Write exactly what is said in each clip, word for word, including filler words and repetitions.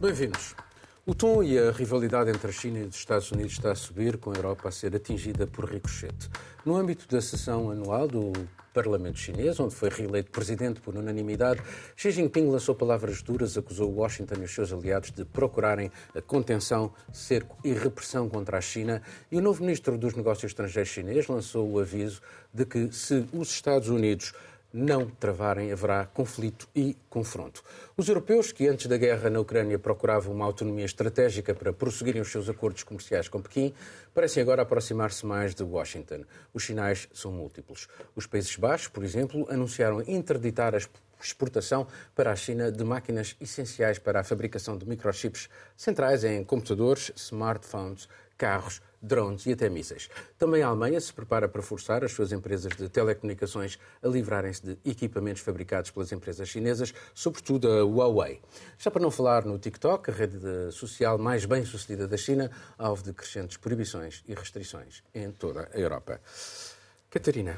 Bem-vindos. O tom e a rivalidade entre a China e os Estados Unidos está a subir, com a Europa a ser atingida por ricochete. No âmbito da sessão anual do Parlamento chinês, onde foi reeleito presidente por unanimidade, Xi Jinping lançou palavras duras, acusou Washington e os seus aliados de procurarem a contenção, cerco e repressão contra a China, e o novo ministro dos Negócios Estrangeiros chinês lançou o aviso de que, se os Estados Unidos não travarem, haverá conflito e confronto. Os europeus, que antes da guerra na Ucrânia procuravam uma autonomia estratégica para prosseguirem os seus acordos comerciais com Pequim, parecem agora aproximar-se mais de Washington. Os sinais são múltiplos. Os Países Baixos, por exemplo, anunciaram interditar a exportação para a China de máquinas essenciais para a fabricação de microchips centrais em computadores, smartphones, carros, drones e até mísseis. Também a Alemanha se prepara para forçar as suas empresas de telecomunicações a livrarem-se de equipamentos fabricados pelas empresas chinesas, sobretudo a Huawei. Já para não falar no TikTok, a rede social mais bem-sucedida da China, alvo de crescentes proibições e restrições em toda a Europa. Catarina.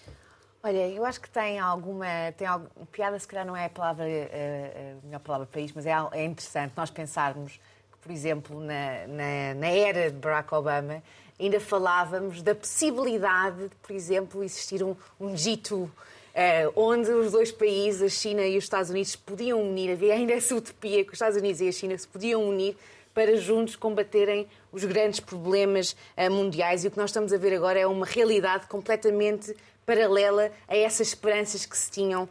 Olha, eu acho que tem alguma... Tem alguma piada, se calhar não é a, palavra, a, a melhor palavra para isto, mas é, é interessante nós pensarmos que, por exemplo, na, na, na era de Barack Obama, ainda falávamos da possibilidade de, por exemplo, existir um, um G dois, uh, onde os dois países, a China e os Estados Unidos, se podiam unir. Havia ainda essa utopia que os Estados Unidos e a China se podiam unir para juntos combaterem os grandes problemas uh, mundiais. E o que nós estamos a ver agora é uma realidade completamente paralela a essas esperanças que se tinham um,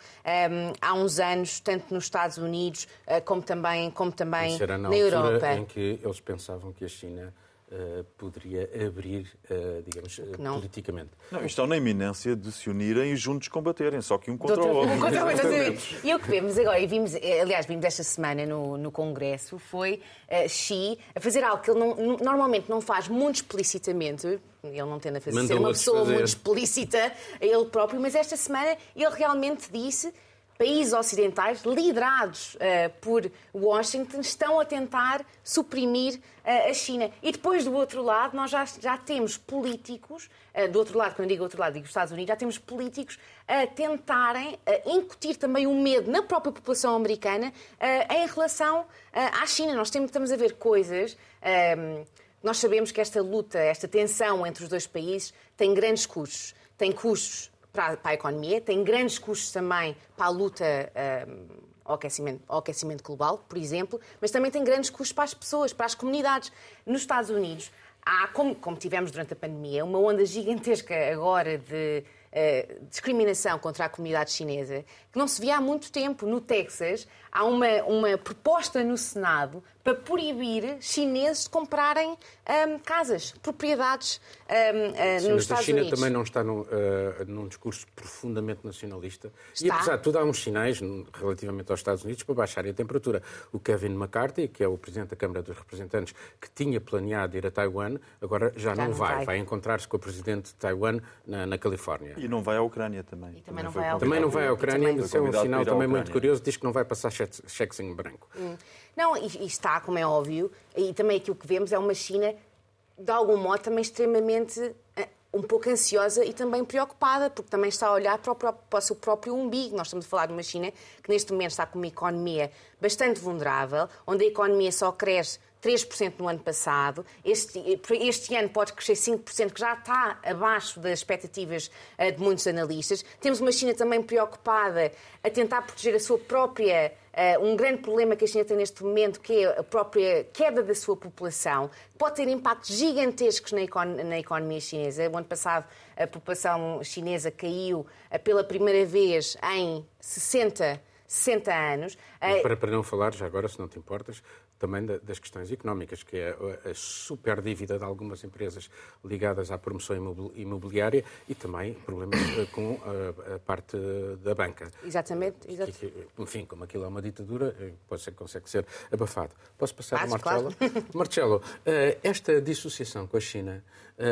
há uns anos, tanto nos Estados Unidos uh, como também, como também Isso era na, na Europa. Em que eles pensavam que a China uh, poderia abrir, uh, digamos, uh, politicamente. Não, estão na iminência de se unirem e juntos combaterem, só que um contra o outro. Um contra o outro. E o que vemos agora, e vimos, aliás, vimos esta semana no, no Congresso, foi uh, Xi a fazer algo que ele não, normalmente não faz muito explicitamente. Ele não tende a fazer, ser uma pessoa fazer. muito explícita a ele próprio, mas esta semana ele realmente disse: países ocidentais, liderados uh, por Washington, estão a tentar suprimir uh, a China. E depois, do outro lado, nós já, já temos políticos, uh, do outro lado, quando eu digo outro lado, digo os Estados Unidos, já temos políticos a tentarem uh, incutir também o medo na própria população americana uh, em relação uh, à China. Nós temos, estamos a ver coisas... Uh, Nós sabemos que esta luta, esta tensão entre os dois países tem grandes custos. Tem custos para, para a economia, tem grandes custos também para a luta um, ao, aquecimento, ao aquecimento global, por exemplo, mas também tem grandes custos para as pessoas, para as comunidades. Nos Estados Unidos, há, como, como tivemos durante a pandemia, uma onda gigantesca agora de uh, discriminação contra a comunidade chinesa, que não se via há muito tempo. No Texas, há uma, uma proposta no Senado para proibir chineses de comprarem um, casas, propriedades um, uh, Sim, nos Estados Unidos. Estados A China Unidos. também não está num, uh, num discurso profundamente nacionalista. Está. E, apesar de tudo, há uns sinais relativamente aos Estados Unidos para baixarem a temperatura. O Kevin McCarthy, que é o presidente da Câmara dos Representantes, que tinha planeado ir a Taiwan, agora já, já não, não vai. vai. Vai encontrar-se com o presidente de Taiwan na, na Califórnia. E não vai à Ucrânia também. E também, também, não vai à também não vai à Ucrânia, mas é um sinal também muito curioso. Diz que não vai passar cheques em branco. Hum. Não, e, e está, como é óbvio, e também aquilo que vemos é uma China, de algum modo, também extremamente uh, um pouco ansiosa e também preocupada, porque também está a olhar para o, próprio, para o seu próprio umbigo. Nós estamos a falar de uma China que neste momento está com uma economia bastante vulnerável, onde a economia só cresce três por cento no ano passado. Este, este ano pode crescer cinco por cento, que já está abaixo das expectativas uh, de muitos analistas. Temos uma China também preocupada a tentar proteger a sua própria... Uh, um grande problema que a China tem neste momento, que é a própria queda da sua população, pode ter impactos gigantescos na, econ na economia chinesa. O ano passado a população chinesa caiu uh, pela primeira vez em sessenta anos. Uh, para, para não falar, já agora, se não te importas, também das questões económicas, que é a super dívida de algumas empresas ligadas à promoção imobiliária e também problemas com a, a parte da banca. Exatamente. Exatamente. Que, enfim, como aquilo é uma ditadura, pode ser que consegue ser abafado. Posso passar ah, ao Marcelo? Claro. Marcelo, esta dissociação com a China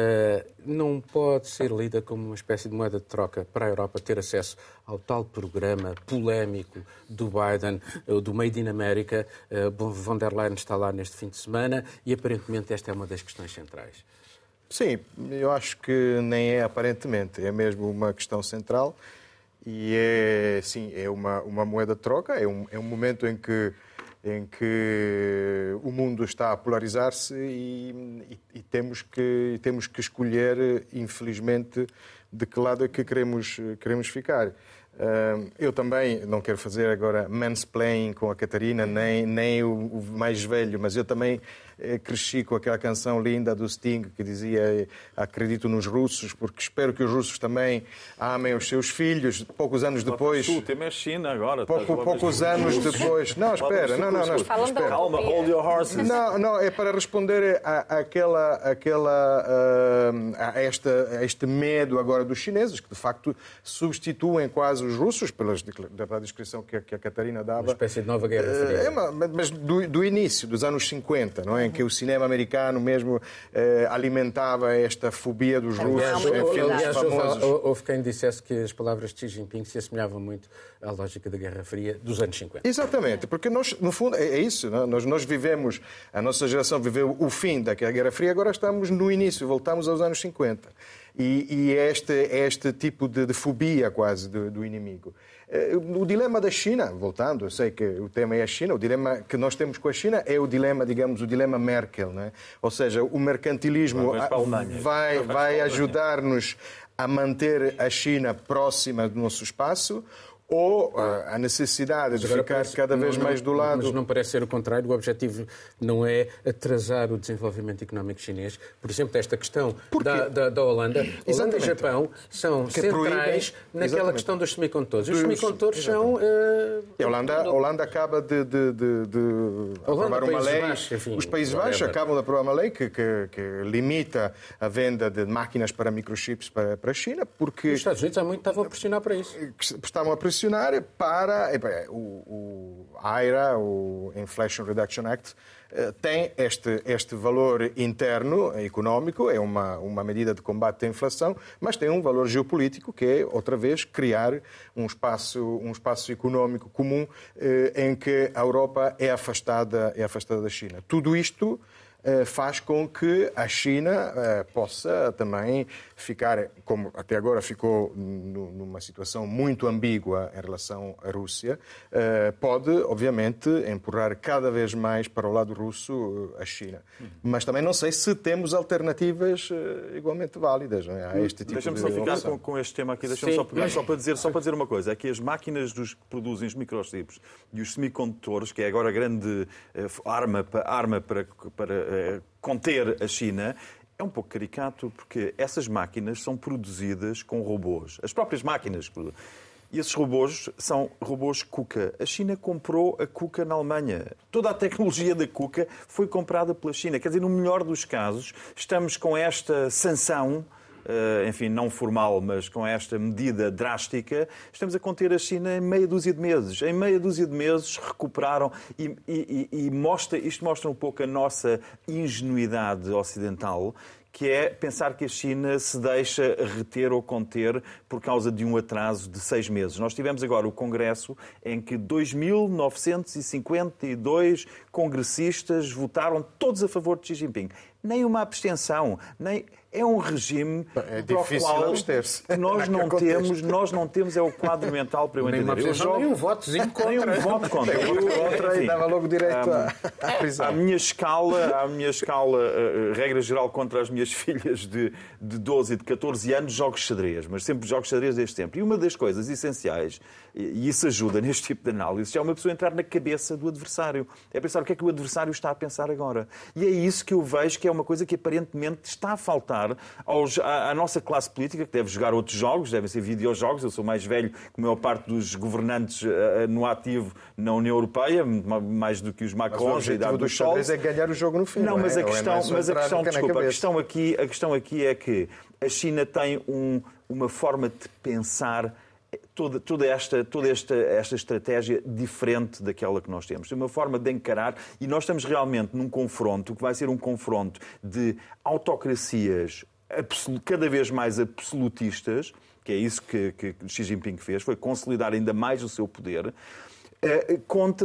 não pode ser lida como uma espécie de moeda de troca para a Europa ter acesso ao tal programa polémico do Biden, do Made in America. Von der Leyen está lá neste fim de semana e aparentemente esta é uma das questões centrais. Sim, eu acho que nem é aparentemente, é mesmo uma questão central e é, sim, é uma, uma moeda de troca, é um, é um momento em que em que o mundo está a polarizar-se e, e, e temos que, temos que escolher, infelizmente, de que lado é que queremos, queremos ficar. Eu também não quero fazer agora mansplaining com a Catarina, nem, nem o, o mais velho, mas eu também cresci com aquela canção linda do Sting que dizia acredito nos russos, porque espero que os russos também amem os seus filhos. Poucos anos depois... O tema é China agora. Pouco, poucos anos depois... Não, espera, não, não, não. Espera. Calma, hold your horses. Não, não, é para responder a, àquela, àquela, a, a, esta, a este medo agora dos chineses, que de facto substituem quase os russos, pela, pela descrição que a, que a Catarina dava. Uma espécie de nova guerra fria. É uma, mas do, do início, dos anos cinquenta, não é? Em que o cinema americano mesmo eh, alimentava esta fobia dos russos em filmes famosos. Houve, houve quem dissesse que as palavras de Xi Jinping se assemelhavam muito à lógica da Guerra Fria dos anos cinquenta. Exatamente, porque nós, no fundo, é, é isso. Não? Nós, nós vivemos, a nossa geração viveu o fim da Guerra Fria, agora estamos no início, voltamos aos anos cinquenta. E, e é este, é este tipo de, de fobia quase do, do inimigo. O dilema da China, voltando, eu sei que o tema é a China, o dilema que nós temos com a China é o dilema, digamos, o dilema Merkel, não é? Ou seja, o mercantilismo vai, vai ajudar-nos a manter a China próxima do nosso espaço, ou a necessidade de ficar parece, cada vez não, mais do lado... Mas não parece ser o contrário. O objetivo não é atrasar o desenvolvimento económico chinês. Por exemplo, esta questão da, da, da Holanda. Exatamente. Holanda e Japão são que centrais proíbem, naquela exatamente. questão dos semicondutores. Os semicondutores são... Uh, a Holanda, a Holanda acaba de, de, de, de Holanda, aprovar uma lei... Baixos, enfim, os Países Baixos acabam de aprovar uma lei que, que, que limita a venda de máquinas para microchips para, para a China, porque... Os Estados Unidos há muito estavam a pressionar para isso. Estavam a pressionar para o, o A I R A, o Inflation Reduction Act, tem este, este valor interno, económico, é uma, uma medida de combate à inflação, mas tem um valor geopolítico que é, outra vez, criar um espaço, um espaço económico comum eh, em que a Europa é afastada, é afastada da China. Tudo isto faz com que a China possa também ficar, como até agora ficou numa situação muito ambígua em relação à Rússia, pode, obviamente, empurrar cada vez mais para o lado russo a China. Mas também não sei se temos alternativas igualmente válidas, não é? A este tipo Deixa-me de só ficar opção. com, com este tema aqui. Deixa-me só, pegar, só, para dizer, só para dizer uma coisa. É que as máquinas dos, que produzem os microchips e os semicondutores, que é agora a grande arma, arma para... para conter a China, é um pouco caricato, porque essas máquinas são produzidas com robôs. As próprias máquinas. E esses robôs são robôs KUKA. A China comprou a KUKA na Alemanha. Toda a tecnologia da KUKA foi comprada pela China. Quer dizer, no melhor dos casos, estamos com esta sanção, enfim, não formal, mas com esta medida drástica, estamos a conter a China em meia dúzia de meses. Em meia dúzia de meses recuperaram e, e, e mostra, isto mostra um pouco a nossa ingenuidade ocidental, que é pensar que a China se deixa reter ou conter por causa de um atraso de seis meses. Nós tivemos agora o Congresso em que dois mil novecentos e cinquenta e dois congressistas votaram todos a favor de Xi Jinping. Nem uma abstenção, nem... É um regime é para o qual nós não temos, nós não temos é o quadro mental para eu entender. Eu jogo... Nem um votozinho contra. Nem um voto contra. Eu, contra enfim, e dava logo direito um, à prisão. À minha escala, à minha escala uh, regra geral contra as minhas filhas de, de doze e de catorze anos, jogo xadrez, mas sempre jogo xadrez desde sempre. E uma das coisas essenciais, e isso ajuda neste tipo de análise, é uma pessoa entrar na cabeça do adversário. É pensar o que é que o adversário está a pensar agora. E é isso que eu vejo que é uma coisa que aparentemente está a faltar Aos, à, à nossa classe política, que deve jogar outros jogos, devem ser videojogos. Eu sou mais velho que a maior parte dos governantes uh, no ativo na União Europeia, mais do que os Macrons e da dos Scholz. É ganhar o jogo no fim. Não, não mas é? a questão, é mas a questão, desculpa, a questão cabeça. aqui, a questão aqui é que a China tem um, uma forma de pensar toda, toda, esta, toda esta, esta estratégia diferente daquela que nós temos. Tem uma forma de encarar e nós estamos realmente num confronto que vai ser um confronto de autocracias cada vez mais absolutistas, que é isso que, que Xi Jinping fez, foi consolidar ainda mais o seu poder, contra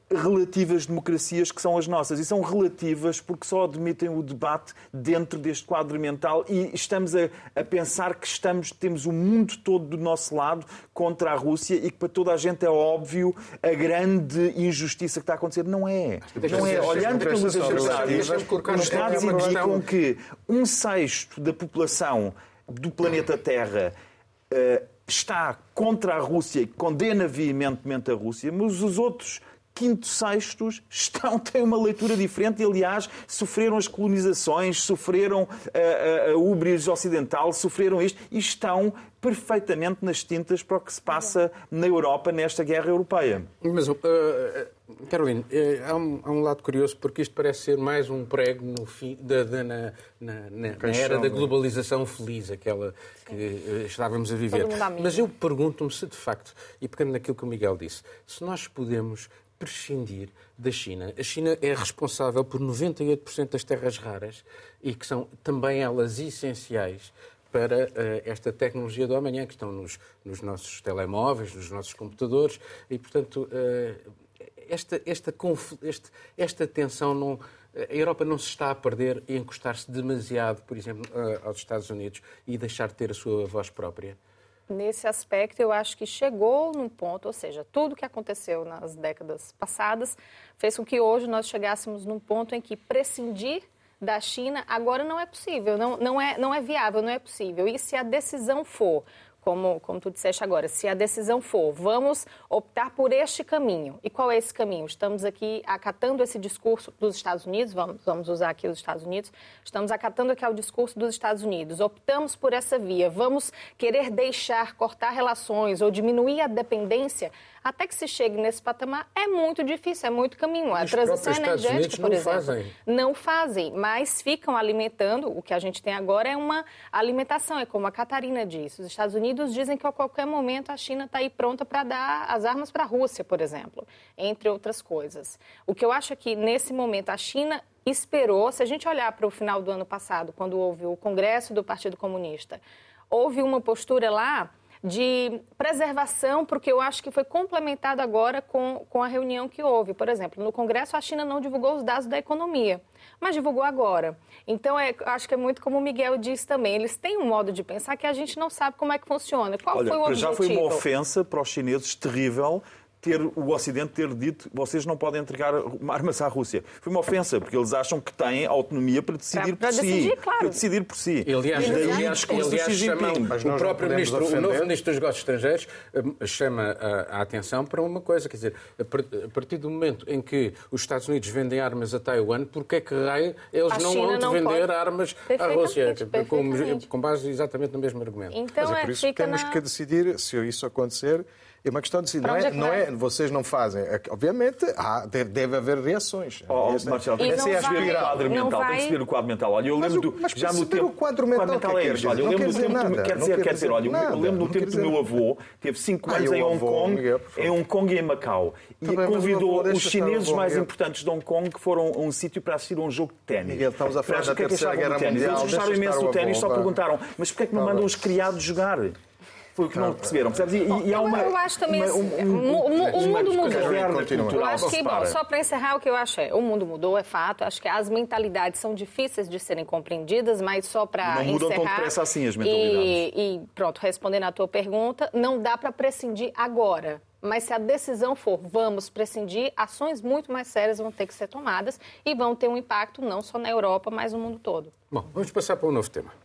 relativas democracias que são as nossas. E são relativas porque só admitem o debate dentro deste quadro mental e estamos a, a pensar que estamos, temos o mundo todo do nosso lado contra a Rússia e que para toda a gente é óbvio a grande injustiça que está a acontecer. Não é. Não é. Olhando pelos dados, os dados indicam que um sexto da população do planeta Terra uh, está contra a Rússia e condena veementemente a Rússia, mas os outros quinto sextos estão, têm uma leitura diferente e, aliás, sofreram as colonizações, sofreram a, a, a húbris ocidental, sofreram isto e estão perfeitamente nas tintas para o que se passa na Europa nesta guerra europeia. Mas, uh, Carolina, uh, há, um, há um lado curioso, porque isto parece ser mais um prego no fim, da, da, na, na, na, na era da globalização feliz, aquela que uh, estávamos a viver. Mas eu pergunto-me se, de facto, e pegando naquilo que o Miguel disse, se nós podemos prescindir da China. A China é responsável por noventa e oito por cento das terras raras e que são também elas essenciais para uh, esta tecnologia do amanhã, que estão nos, nos nossos telemóveis, nos nossos computadores e, portanto, uh, esta, esta, este, esta tensão não... A Europa não se está a perder e encostar-se demasiado, por exemplo, uh, aos Estados Unidos e deixar de ter a sua voz própria? Nesse aspecto, eu acho que chegou num ponto, ou seja, tudo que aconteceu nas décadas passadas fez com que hoje nós chegássemos num ponto em que prescindir da China agora não é possível, não, não, é, não é viável, não é possível. E se a decisão for, como, como tu disseste agora, se a decisão for, vamos optar por este caminho. E qual é esse caminho? Estamos aqui acatando esse discurso dos Estados Unidos, vamos, vamos usar aqui os Estados Unidos, estamos acatando aqui o discurso dos Estados Unidos, optamos por essa via, vamos querer deixar, cortar relações ou diminuir a dependência, até que se chegue nesse patamar, é muito difícil, é muito caminho. A transição energética, por exemplo, fazem. não fazem, mas ficam alimentando. O que a gente tem agora é uma alimentação, é como a Catarina disse. Os Estados Unidos dizem que a qualquer momento a China está aí pronta para dar as armas para a Rússia, por exemplo, entre outras coisas. O que eu acho é que, nesse momento, a China esperou, se a gente olhar para o final do ano passado, quando houve o Congresso do Partido Comunista, houve uma postura lá de preservação, porque eu acho que foi complementado agora com, com a reunião que houve. Por exemplo, no Congresso a China não divulgou os dados da economia, mas divulgou agora. Então, é, acho que é muito como o Miguel disse também, eles têm um modo de pensar que a gente não sabe como é que funciona. Qual Olha, foi o objetivo? Já foi uma ofensa para os chineses terrível ter o Ocidente ter dito vocês não podem entregar armas à Rússia. Foi uma ofensa, porque eles acham que têm autonomia para decidir para, para por decidir, si. Claro. Para decidir por si. E, aliás, daí aliás, o discurso aliás, do Xi Jinping. Chama, o próprio ministro, o novo ministro dos Negócios Estrangeiros chama a, a atenção para uma coisa, quer dizer, a partir do momento em que os Estados Unidos vendem armas a Taiwan, porque é que raio eles a não China vão não vender pode. armas à Rússia, com, com base exatamente exatamente no mesmo argumento. Então, Mas é por isso que temos na... que decidir se isso acontecer. É uma questão de decidir. Não é, não é, vocês não fazem. Obviamente, há, deve, deve haver reações. Oh, essa, Marcelo, tem que essa é a perceber o quadro mental. vai... Tem que perceber o quadro mental. Olha, eu lembro mas, do. Mas já no tempo, o quadro mental, quadro mental que é isto. Olha, eu lembro do tempo. Nada, Quer dizer, quer dizer, olha, nada, eu lembro do tempo do meu avô, teve cinco anos ah, em Hong Kong, Miguel, em Hong Kong e em Macau. E também, convidou avô, os chineses mais Miguel. importantes de Hong Kong que foram a um sítio para assistir a um jogo de ténis. Miguel, estamos a falar da Terceira Guerra Mundial. Eles gostaram imenso do ténis, só perguntaram, mas porquê é que não mandam os criados jogar? Foi o que não perceberam, percebes? E, e há uma, eu acho também uma, assim, um, um, o, o, o mundo mudou. Eu acho que, bom, só para encerrar, o que eu acho é, o mundo mudou, é fato. Acho que as mentalidades são difíceis de serem compreendidas, mas só para encerrar... Não mudam tão depressa assim as mentalidades. E, e pronto, respondendo à tua pergunta, não dá para prescindir agora. Mas se a decisão for, vamos prescindir, ações muito mais sérias vão ter que ser tomadas e vão ter um impacto não só na Europa, mas no mundo todo. Bom, vamos passar para um novo tema.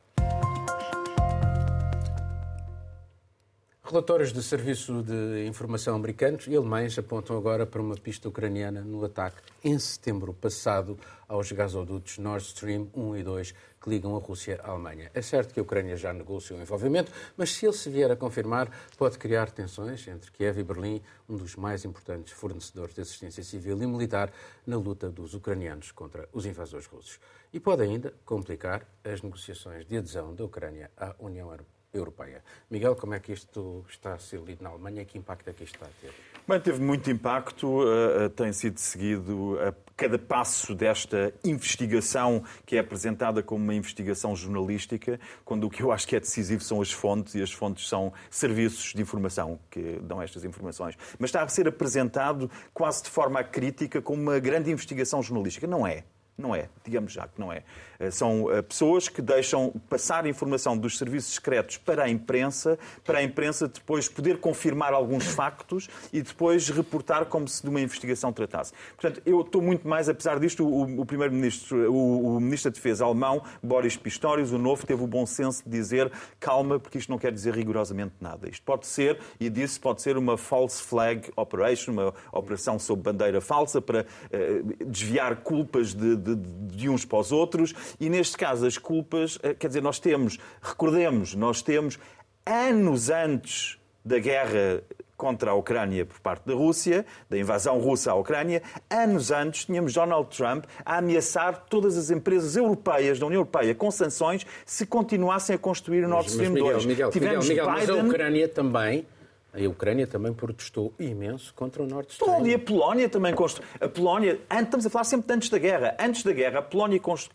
Relatórios do Serviço de Informação americanos e alemães apontam agora para uma pista ucraniana no ataque em setembro passado aos gasodutos Nord Stream um e dois que ligam a Rússia à Alemanha. É certo que a Ucrânia já negociou o envolvimento, mas se ele se vier a confirmar, pode criar tensões entre Kiev e Berlim, um dos mais importantes fornecedores de assistência civil e militar na luta dos ucranianos contra os invasores russos. E pode ainda complicar as negociações de adesão da Ucrânia à União europeia. Miguel, como é que isto está a ser lido na Alemanha e que impacto é que isto está a ter? Bem, teve muito impacto, uh, uh, tem sido seguido a cada passo desta investigação que é apresentada como uma investigação jornalística, quando o que eu acho que é decisivo são as fontes, e as fontes são serviços de informação que dão estas informações. Mas está a ser apresentado quase de forma crítica como uma grande investigação jornalística. Não é. Não é, digamos já que não é. São pessoas que deixam passar informação dos serviços secretos para a imprensa, para a imprensa depois poder confirmar alguns factos e depois reportar como se de uma investigação tratasse. Portanto, eu estou muito mais, apesar disto, o, o primeiro-ministro, o, o ministro da Defesa alemão, Boris Pistorius, o novo, teve o bom senso de dizer calma, porque isto não quer dizer rigorosamente nada. Isto pode ser, e disse, pode ser uma false flag operation, uma operação sob bandeira falsa para uh, desviar culpas de, de De, de uns para os outros, e neste caso as culpas, quer dizer, nós temos, recordemos, nós temos anos antes da guerra contra a Ucrânia por parte da Rússia, da invasão russa à Ucrânia, anos antes tínhamos Donald Trump a ameaçar todas as empresas europeias da União Europeia com sanções se continuassem a construir o Nord Stream dois. Miguel, Tivemos Miguel, Miguel, Biden... mas a Ucrânia também... A Ucrânia também protestou imenso contra o Nord Stream. E a Polónia também construiu. A Polónia, estamos a falar sempre de antes da guerra. Antes da guerra, a Polónia constru...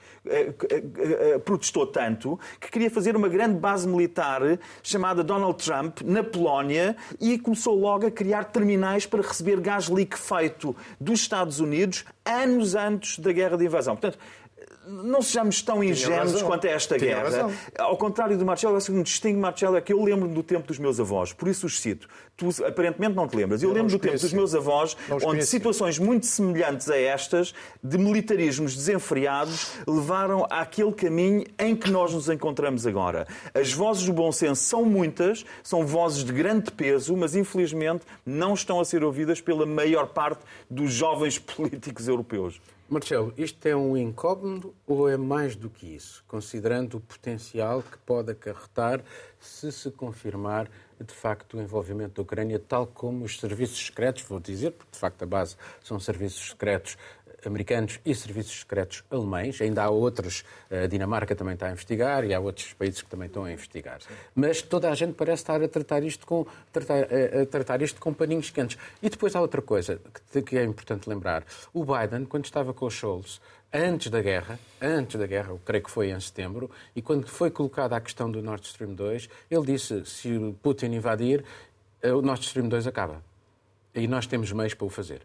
protestou tanto que queria fazer uma grande base militar chamada Donald Trump na Polónia e começou logo a criar terminais para receber gás liquefeito dos Estados Unidos anos antes da guerra de invasão. Portanto, não sejamos tão ingênuos quanto a esta Tinha guerra. razão. Ao contrário do Marcelo, o que me distingue, Marcelo, é que eu lembro do tempo dos meus avós, por isso os cito. Tu aparentemente não te lembras. Eu, eu lembro do tempo dos meus avós, onde conheci. Situações muito semelhantes a estas, de militarismos desenfreados, levaram àquele caminho em que nós nos encontramos agora. As vozes do bom senso são muitas, são vozes de grande peso, mas infelizmente não estão a ser ouvidas pela maior parte dos jovens políticos europeus. Marcelo, isto é um incógnito ou é mais do que isso, considerando o potencial que pode acarretar se se confirmar de facto o envolvimento da Ucrânia, tal como os serviços secretos, vou dizer, porque de facto a base são serviços secretos americanos e serviços secretos alemães. Ainda há outros, a Dinamarca também está a investigar e há outros países que também estão a investigar. Mas toda a gente parece estar a tratar isto com, tratar, a tratar isto com paninhos quentes. E depois há outra coisa que, que é importante lembrar. O Biden, quando estava com o Scholz, antes da guerra, antes da guerra, eu creio que foi em setembro, e quando foi colocada a questão do Nord Stream dois, ele disse, se o Putin invadir, o Nord Stream dois acaba. E nós temos meios para o fazer.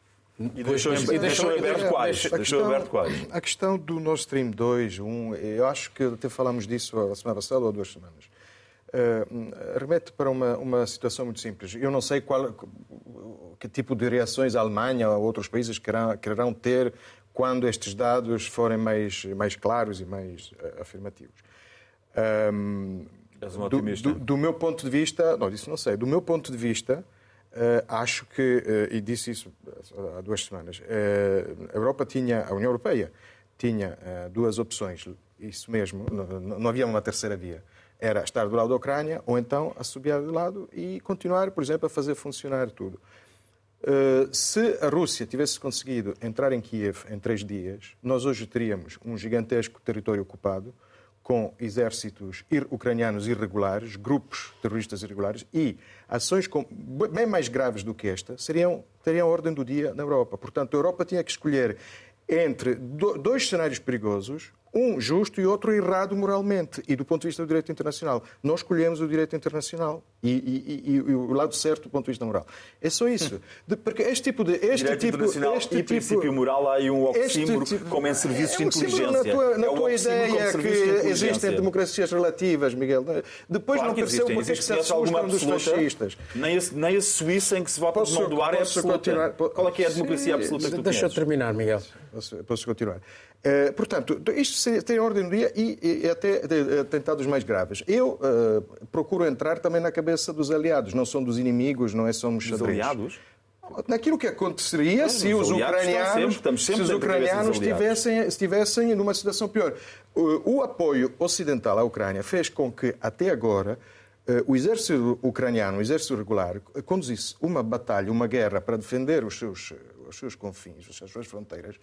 E deixou, e deixou, e deixou aberto quais? A questão, a questão do Nord Stream dois, um, eu acho que até falamos disso a semana passada ou há duas semanas, uh, remete para uma, uma situação muito simples. Eu não sei qual, que tipo de reações a Alemanha ou outros países querão, quererão ter quando estes dados forem mais, mais claros e mais uh, afirmativos. Um, És um otimista. Do, do, do meu ponto de vista, não, disso não sei, do meu ponto de vista, Uh, acho que, uh, e disse isso há duas semanas, uh, a Europa tinha, a União Europeia tinha uh, duas opções, isso mesmo, não, não havia uma terceira via. Era estar do lado da Ucrânia ou então assobiar de lado e continuar, por exemplo, a fazer funcionar tudo. Uh, se a Rússia tivesse conseguido entrar em Kiev em três dias, nós hoje teríamos um gigantesco território ocupado, com exércitos ucranianos irregulares, grupos terroristas irregulares e ações com, bem mais graves do que esta seriam, teriam ordem do dia na Europa. Portanto, a Europa tinha que escolher entre dois cenários perigosos, um justo e outro errado moralmente e do ponto de vista do direito internacional. Nós escolhemos o direito internacional e, e, e, e o lado certo do ponto de vista moral. É só isso. De, porque este tipo de... Este direito tipo, internacional este e tipo, princípio moral, há aí um oxímoro, tipo, como em serviços é um de inteligência. Na tua, na é um tua ideia de que existem democracias relativas, Miguel. Depois claro não percebeu porque é que se assustam dos fascistas. Nem a, nem a Suíça em que se vota de mão do ar é absoluta. Continuar? Qual é que é a democracia absoluta que tu Deixa eu terminar, Miguel. Posso, posso continuar. Uh, portanto, isto tem ordem do dia e, e até atentados mais graves. Eu uh, procuro entrar também na cabeça dos aliados, não são dos inimigos, não é somos xadrez. Dos aliados? Naquilo que aconteceria não, se os ucranianos, sempre, sempre se os ucranianos estivessem, estivessem numa situação pior. O, o apoio ocidental à Ucrânia fez com que, até agora, uh, o exército ucraniano, o exército regular, conduzisse uma batalha, uma guerra para defender os seus, os seus confins, as suas fronteiras,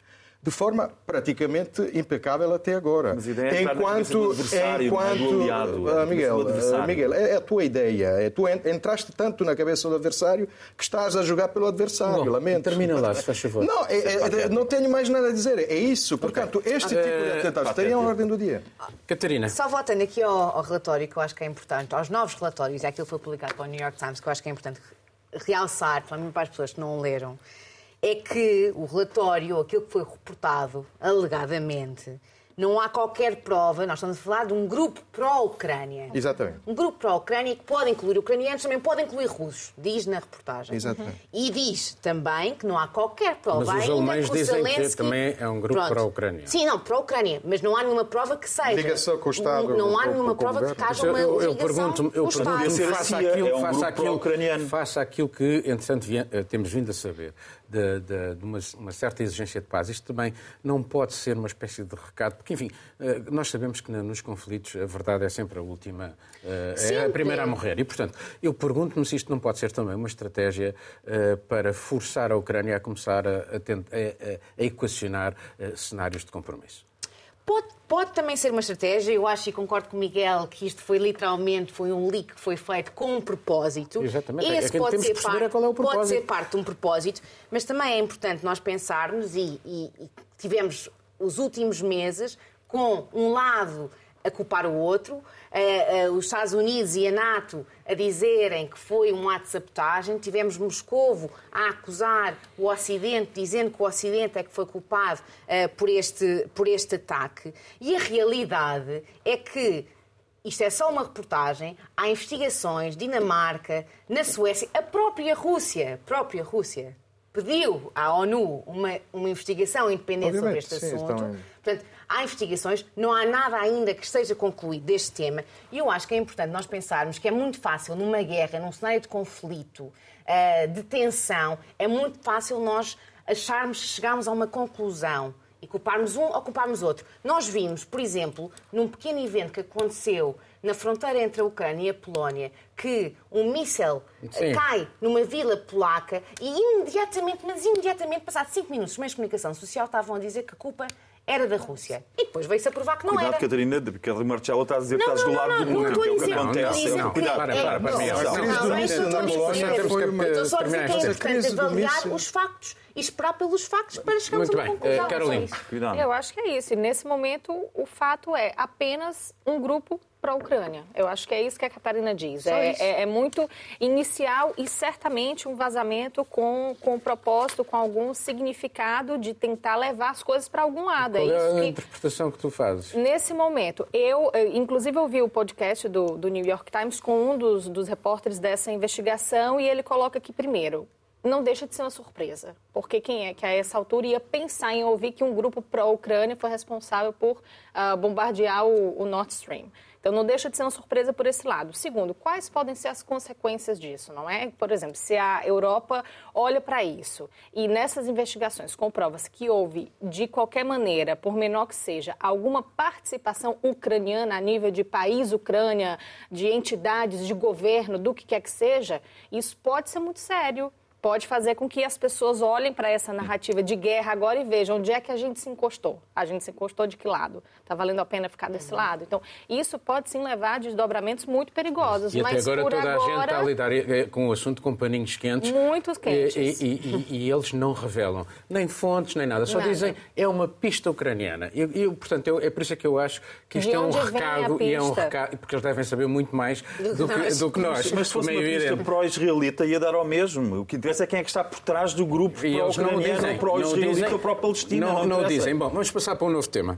de forma praticamente impecável até agora. Mas a ideia é entrar enquanto, na cabeça do adversário, enquanto, não é do aliado, uh, é Miguel, do adversário. uh, Miguel, é a tua ideia. É, tu entraste tanto na cabeça do adversário que estás a jogar pelo adversário. Bom, lamento. termina lá, se faz favor. Não, é, é, não tenho mais nada a dizer. É isso. Portanto, este tipo de atentados estaria à ordem do dia. Catarina. Só voltando aqui ao, ao relatório, que eu acho que é importante, aos novos relatórios, e aquilo que foi publicado pelo New York Times, que eu acho que é importante realçar, para as pessoas que não o leram, é que o relatório, aquilo que foi reportado, alegadamente, não há qualquer prova, nós estamos a falar de um grupo pró-Ucrânia. Exatamente. Um grupo pró-Ucrânia que pode incluir ucranianos, também pode incluir russos, diz na reportagem. Exatamente. E diz também que não há qualquer prova Mas os ainda alemães que o dizem Zelensky... que também é um grupo Pronto. pró-Ucrânia. Sim, não, pró-Ucrânia, mas não há nenhuma prova que seja. Ligação com o Estado, Não há com- nenhuma com o prova governo. que haja Eu, uma eu, eu ligação pergunto-me, eu com o Estado. pergunto-me, Ser faça assim, aquilo, é um faça grupo aquilo, pró-ucraniano. faça aquilo que, entretanto, vi- temos vindo a saber de, de, de uma, uma certa exigência de paz. Isto também não pode ser uma espécie de recado, porque, enfim, nós sabemos que nos conflitos a verdade é sempre a última, é a Sempre. primeira a morrer. E, portanto, eu pergunto-me se isto não pode ser também uma estratégia uh, para forçar a Ucrânia a começar a, a, tent- a, a equacionar uh, cenários de compromisso. Pode, pode também ser uma estratégia, eu acho e concordo com o Miguel que isto foi literalmente foi um leak que foi feito com um propósito. Exatamente. É Esse que pode temos ser, de perceber parte, qual é o pode propósito. ser parte de um propósito, mas também é importante nós pensarmos e, e, e tivemos os últimos meses com um lado a culpar o outro, uh, uh, os Estados Unidos e a NATO a dizerem que foi um ato de sabotagem, tivemos Moscovo a acusar o Ocidente, dizendo que o Ocidente é que foi culpado uh, por, este, por este ataque. E a realidade é que isto é só uma reportagem, há investigações, Dinamarca, na Suécia, a própria Rússia, a própria Rússia pediu à ONU uma, uma investigação independente Obviamente, sobre este sim, assunto. estão... Portanto, há investigações, não há nada ainda que esteja concluído deste tema. E eu acho que é importante nós pensarmos que é muito fácil, numa guerra, num cenário de conflito, de tensão, é muito fácil nós acharmos que chegamos a uma conclusão e culparmos um ou culparmos outro. Nós vimos, por exemplo, num pequeno evento que aconteceu na fronteira entre a Ucrânia e a Polónia, que um míssil cai numa vila polaca e imediatamente, mas imediatamente, passados cinco minutos, os meios de comunicação social estavam a dizer que a culpa era da Rússia. E depois veio-se a provar que não Cuidado, era. Catarina, porque a Marcelo está a dizer que Não, estás não, do lado não, do não, mundo. não É o estou que a dizer acontece. que- Não, Cuidado. Para, para, para, Não, Miguel. não, A crise do não, míssil não, na não, Polónia não, foi não, uma... Estou só a dizer que é Terminar esta. importante A crise do avaliar míssil. os factos e esperar pelos factos para chegarmos Muito a uma bem. conclusão. Eh, Carolina. Só isso. Cuidado. Eu acho que é isso. E nesse momento, o fato é apenas um grupo pró-Ucrânia. Eu acho que é isso que a Catarina diz. É, é, é muito inicial e certamente um vazamento com, com propósito, com algum significado de tentar levar as coisas para algum lado. Qual é é isso a que... interpretação que tu fazes? Nesse momento, eu, inclusive, ouvi o podcast do, do New York Times com um dos, dos repórteres dessa investigação e ele coloca aqui primeiro. Não deixa de ser uma surpresa, porque quem é que a essa altura ia pensar em ouvir que um grupo pró-Ucrânia foi responsável por uh, bombardear o, o Nord Stream? Então, não deixa de ser uma surpresa por esse lado. Segundo, quais podem ser as consequências disso, não é? Por exemplo, se a Europa olha para isso e nessas investigações comprova-se que houve, de qualquer maneira, por menor que seja, alguma participação ucraniana a nível de país Ucrânia, de entidades, de governo, do que quer que seja, isso pode ser muito sério. Pode fazer com que as pessoas olhem para essa narrativa de guerra agora e vejam onde é que a gente se encostou. A gente se encostou de que lado? Está valendo a pena ficar desse lado? Então, isso pode sim levar a desdobramentos muito perigosos. E mas até agora por toda agora, a gente está a lidar eh, com o assunto com paninhos quentes. Muitos quentes. E, e, e, e eles não revelam nem fontes, nem nada. Só Nada. dizem é uma pista ucraniana. E, e, portanto, eu, é por isso que eu acho que isto De é um onde vem a recado e é um pista? recado, porque eles devem saber muito mais do que, do que nós. Mas se fosse Como uma é pista evidente. pró-israelita, ia dar ao mesmo. O que interessa é quem é que está por trás do grupo E eles não o pró-ucraniano, dizem, ou pró-israelita ou pró-palestina. Não, não o interessa. dizem. Bom, vamos passar para um novo tema.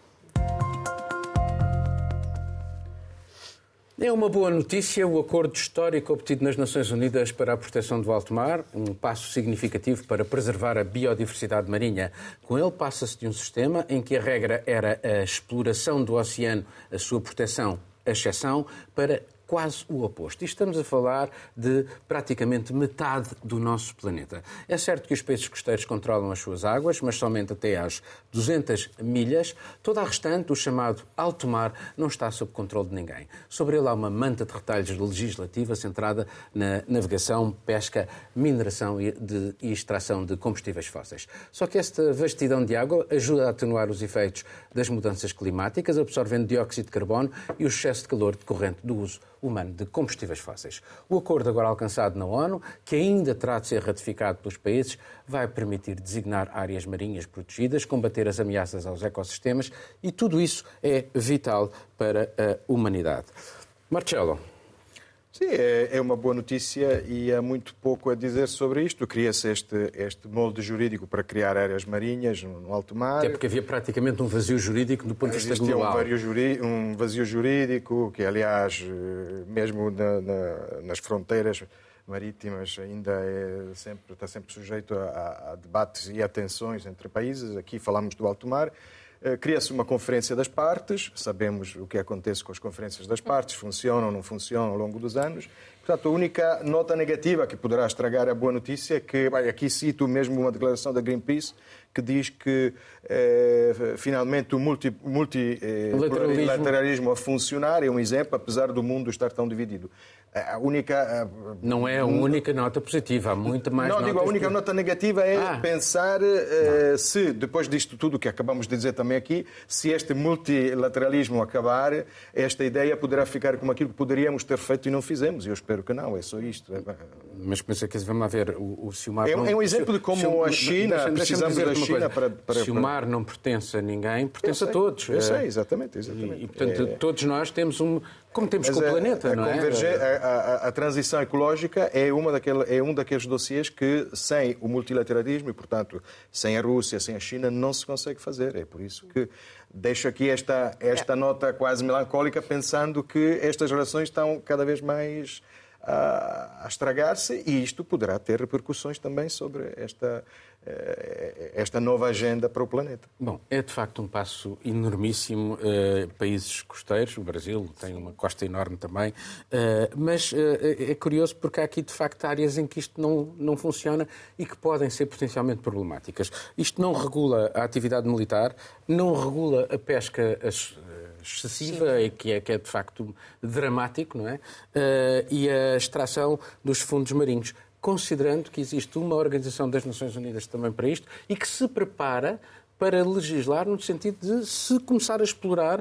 É uma boa notícia o acordo histórico obtido nas Nações Unidas para a proteção do alto mar, um passo significativo para preservar a biodiversidade marinha. Com ele passa-se de um sistema em que a regra era a exploração do oceano, a sua proteção, a exceção, para quase o oposto. E estamos a falar de praticamente metade do nosso planeta. É certo que os países costeiros controlam as suas águas, mas somente até às duzentas milhas. Toda a restante, o chamado alto mar, não está sob controle de ninguém. Sobre ele há uma manta de retalhos legislativa centrada na navegação, pesca, mineração e, de, e extração de combustíveis fósseis. Só que esta vastidão de água ajuda a atenuar os efeitos das mudanças climáticas, absorvendo dióxido de carbono e o excesso de calor decorrente do uso humano de combustíveis fósseis. O acordo agora alcançado na ONU, que ainda terá de ser ratificado pelos países, vai permitir designar áreas marinhas protegidas, combater as ameaças aos ecossistemas e tudo isso é vital para a humanidade. Marcelo. Sim, é uma boa notícia e há muito pouco a dizer sobre isto. Cria-se este, este molde jurídico para criar áreas marinhas no alto mar. Até porque havia praticamente um vazio jurídico do ponto de vista global. Existia um vazio jurídico que, aliás, mesmo na, na, nas fronteiras marítimas ainda é sempre, está sempre sujeito a, a debates e a tensões entre países. Aqui falamos do alto mar. Cria-se uma conferência das partes, sabemos o que acontece com as conferências das partes, funcionam ou não funcionam ao longo dos anos. Portanto, a única nota negativa que poderá estragar a boa notícia é que, bem, aqui cito mesmo uma declaração da Greenpeace, que diz que, eh, finalmente, o multilateralismo multi, eh, a funcionar é um exemplo, apesar do mundo estar tão dividido. A única... Não é a única nota positiva, há muita mais Não, notas... digo, a única por... nota negativa é ah. pensar eh, se, depois disto tudo que acabamos de dizer também aqui, se este multilateralismo acabar, esta ideia poderá ficar como aquilo que poderíamos ter feito e não fizemos. E eu espero que não, é só isto. Mas pensa que vamos lá ver, o, o, se o mar é, não... é um exemplo de como se, a China, deixa, precisamos da China para, para... Se o mar não pertence a ninguém, pertence a todos. Eu sei, exatamente. exatamente. E, e portanto, é... todos nós temos um... Como temos Mas com o a, planeta, a não é? A, a, a transição ecológica é, uma daquele, é um daqueles dossiês que, sem o multilateralismo e, portanto, sem a Rússia, sem a China, não se consegue fazer. É por isso que deixo aqui esta, esta nota quase melancólica, pensando que estas relações estão cada vez mais a, a estragar-se e isto poderá ter repercussões também sobre esta... esta nova agenda para o planeta. Bom, é de facto um passo enormíssimo. Uh, países costeiros, o Brasil tem uma costa enorme também, uh, mas uh, é curioso porque há aqui de facto áreas em que isto não, não funciona e que podem ser potencialmente problemáticas. Isto não regula a atividade militar, não regula a pesca excessiva, e que é, que é de facto dramático, não é? Uh, e a extração dos fundos marinhos, considerando que existe uma Organização das Nações Unidas também para isto e que se prepara para legislar no sentido de se começar a explorar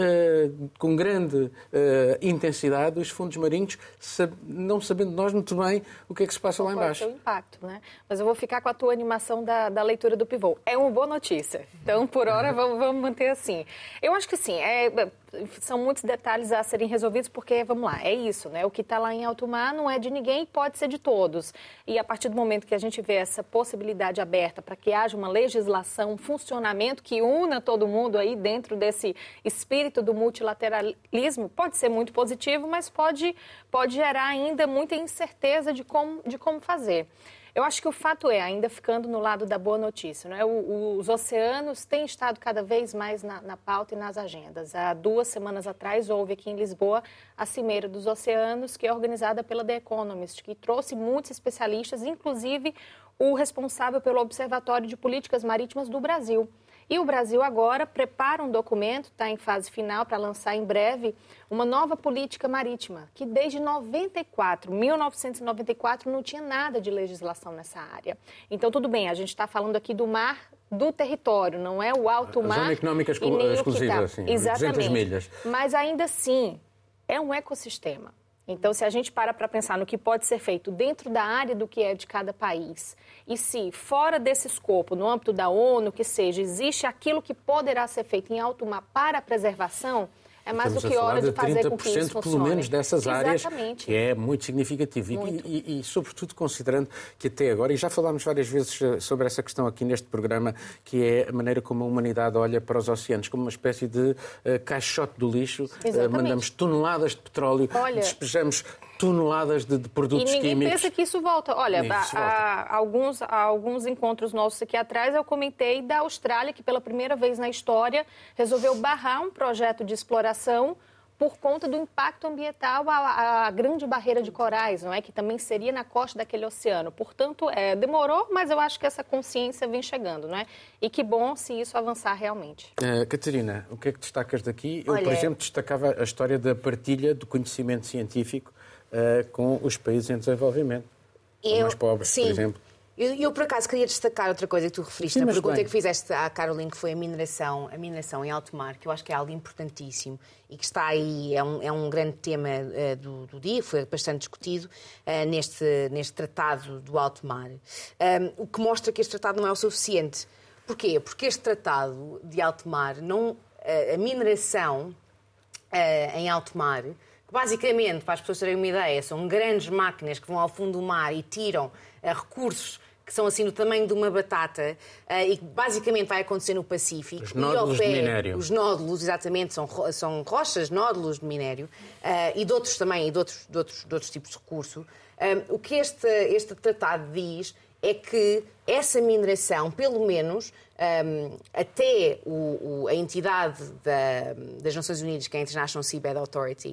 uh, com grande uh, intensidade os fundos marinhos, sab- não sabendo nós muito bem o que é que se passa lá embaixo. Pode ter um impacto, né? Mas eu vou ficar com a tua animação da, da leitura do pivô. É uma boa notícia. Então, por hora, vamos, vamos manter assim. Eu acho que sim, é... são muitos detalhes a serem resolvidos, porque, vamos lá, é isso, né? O que está lá em alto mar não é de ninguém, pode ser de todos. E a partir do momento que a gente vê essa possibilidade aberta para que haja uma legislação, um funcionamento que una todo mundo aí dentro desse espírito do multilateralismo, pode ser muito positivo, mas pode, pode gerar ainda muita incerteza de como, de como fazer. Eu acho que o fato é, ainda ficando no lado da boa notícia, né? o, o, os oceanos têm estado cada vez mais na, na pauta e nas agendas. Há duas semanas atrás houve aqui em Lisboa a Cimeira dos Oceanos, que é organizada pela The Economist, que trouxe muitos especialistas, inclusive o responsável pelo Observatório de Políticas Marítimas do Brasil. E o Brasil agora prepara um documento, está em fase final para lançar em breve, uma nova política marítima, que desde noventa e quatro, mil novecentos e noventa e quatro não tinha nada de legislação nessa área. Então, tudo bem, a gente está falando aqui do mar do território, não é o alto mar. A zona económica exclusiva, tá. Assim, exatamente. duzentas milhas. Mas ainda assim, é um ecossistema. Então, se a gente para para pensar no que pode ser feito dentro da área do que é de cada país, e se fora desse escopo, no âmbito da ONU, que seja, existe aquilo que poderá ser feito em alto mar para a preservação, é mais do que hora de fazer com que isso funcione. Pelo menos dessas áreas, exatamente, que é muito significativo. Muito. E, e, e, sobretudo, considerando que até agora, e já falámos várias vezes sobre essa questão aqui neste programa, que é a maneira como a humanidade olha para os oceanos, como uma espécie de uh, caixote do lixo. Uh, mandamos toneladas de petróleo, Olha... despejamos toneladas de, de produtos químicos. E ninguém químicos. pensa que isso volta. Olha, isso há, volta. Há, alguns, há alguns encontros nossos aqui atrás, eu comentei da Austrália, que pela primeira vez na história resolveu barrar um projeto de exploração por conta do impacto ambiental à, à grande barreira de corais, não é? Que também seria na costa daquele oceano. Portanto, é, demorou, mas eu acho que essa consciência vem chegando, não é? E que bom se isso avançar realmente. Uh, Catarina, o que é que destacas daqui? Eu, Olha... por exemplo, destacava a história da partilha do conhecimento científico uh, com os países em desenvolvimento. Eu... Os mais pobres, Sim. por exemplo. Eu, eu, por acaso, queria destacar outra coisa que tu referiste Sim, na pergunta bem. que fizeste à Caroline, que foi a mineração, a mineração em alto mar, que eu acho que é algo importantíssimo e que está aí, é um, é um grande tema uh, do, do dia, foi bastante discutido uh, neste, neste tratado do alto mar, um, o que mostra que este tratado não é o suficiente. Porquê? Porque este tratado de alto mar, não, uh, a mineração uh, em alto mar, basicamente, para as pessoas terem uma ideia, são grandes máquinas que vão ao fundo do mar e tiram uh, recursos que são assim do tamanho de uma batata uh, e que basicamente vai acontecer no Pacífico. Os nódulos e ao pé, de minério. Os nódulos, exatamente, são, são rochas, nódulos de minério uh, e de outros também, e de outros, de outros, de outros tipos de recurso. Um, o que este, este tratado diz é que essa mineração, pelo menos, um, até o, o, a entidade da, das Nações Unidas, que é a International Seabed Authority,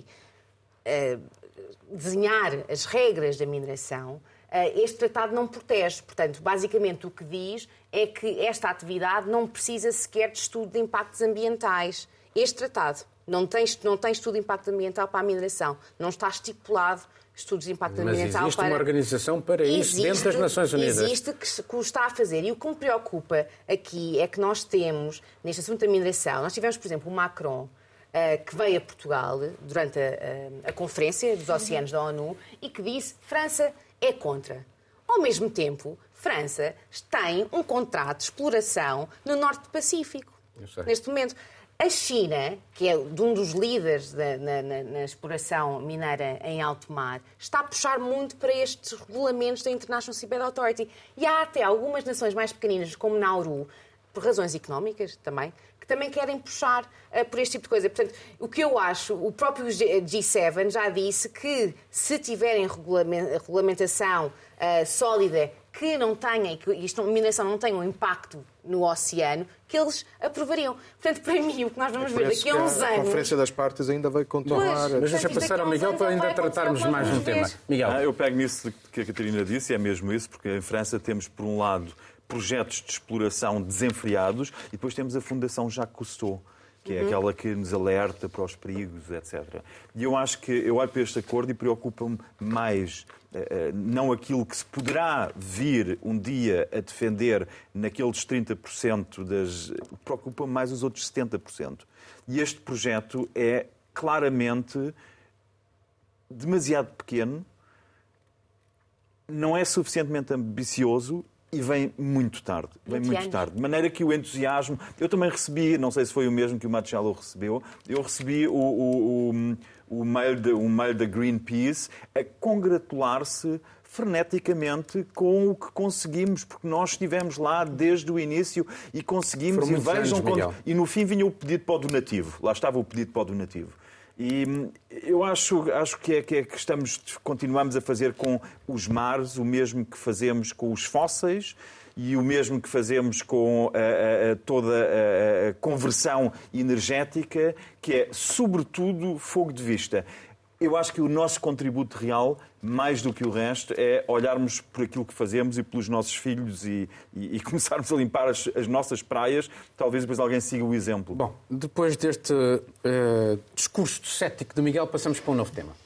uh, desenhar as regras da mineração, este tratado não protege. Portanto, basicamente o que diz é que esta atividade não precisa sequer de estudo de impactos ambientais. Este tratado não tem, não tem estudo de impacto ambiental para a mineração. Não está estipulado estudos de impacto Mas ambiental para... existe uma organização para isso existe, dentro das Nações Unidas. Existe que, que o está a fazer. E o que me preocupa aqui é que nós temos, neste assunto da mineração, nós tivemos, por exemplo, o Macron, Uh, que veio a Portugal durante a, a, a Conferência dos Oceanos da ONU e que disse que França é contra. Ao mesmo tempo, França tem um contrato de exploração no Norte do Pacífico, neste momento. A China, que é de um dos líderes da, na, na, na exploração mineira em alto mar, está a puxar muito para estes regulamentos da International Seabed Authority. E há até algumas nações mais pequeninas, como Nauru, por razões económicas também, que também querem puxar uh, por este tipo de coisa. Portanto, o que eu acho, o próprio G sete já disse que se tiverem regulamentação uh, sólida que não tenha, que isto, a mineração não tenha um impacto no oceano, que eles aprovariam. Portanto, para mim, o que nós vamos ver daqui a uns anos... A Conferência das Partes ainda vai continuar. Bom, mas deixa passar ao Miguel para ainda tratarmos mais um tema. Miguel. Ah, eu pego nisso que a Catarina disse, é mesmo isso, porque em França temos, por um lado, projetos de exploração desenfreados e depois temos a Fundação Jacques Cousteau, que é uhum. aquela que nos alerta para os perigos, etcétera. E eu acho que eu olho para este acordo e preocupa-me mais eh, não aquilo que se poderá vir um dia a defender naqueles trinta por cento das... Preocupa-me mais os outros setenta por cento. E este projeto é claramente demasiado pequeno, não é suficientemente ambicioso e vem muito tarde. Vem muito anos. tarde. De maneira que o entusiasmo... Eu também recebi, não sei se foi o mesmo que o Marcelo recebeu, eu recebi o, o, o, o, mail, de, o mail da Greenpeace a congratular-se freneticamente com o que conseguimos, porque nós estivemos lá desde o início e conseguimos, e vejam, anos, quando... e no fim vinha o pedido para o donativo. Lá estava o pedido para o donativo. E eu acho, acho que, é, que, é que estamos, continuamos a fazer com os mares o mesmo que fazemos com os fósseis e o mesmo que fazemos com a, a, toda a, a conversão energética, que é, sobretudo, fogo de vista. Eu acho que o nosso contributo real, mais do que o resto, é olharmos por aquilo que fazemos e pelos nossos filhos e, e, e começarmos a limpar as, as nossas praias. Talvez depois alguém siga o exemplo. Bom, depois deste uh, discurso cético de Miguel, passamos para um novo tema.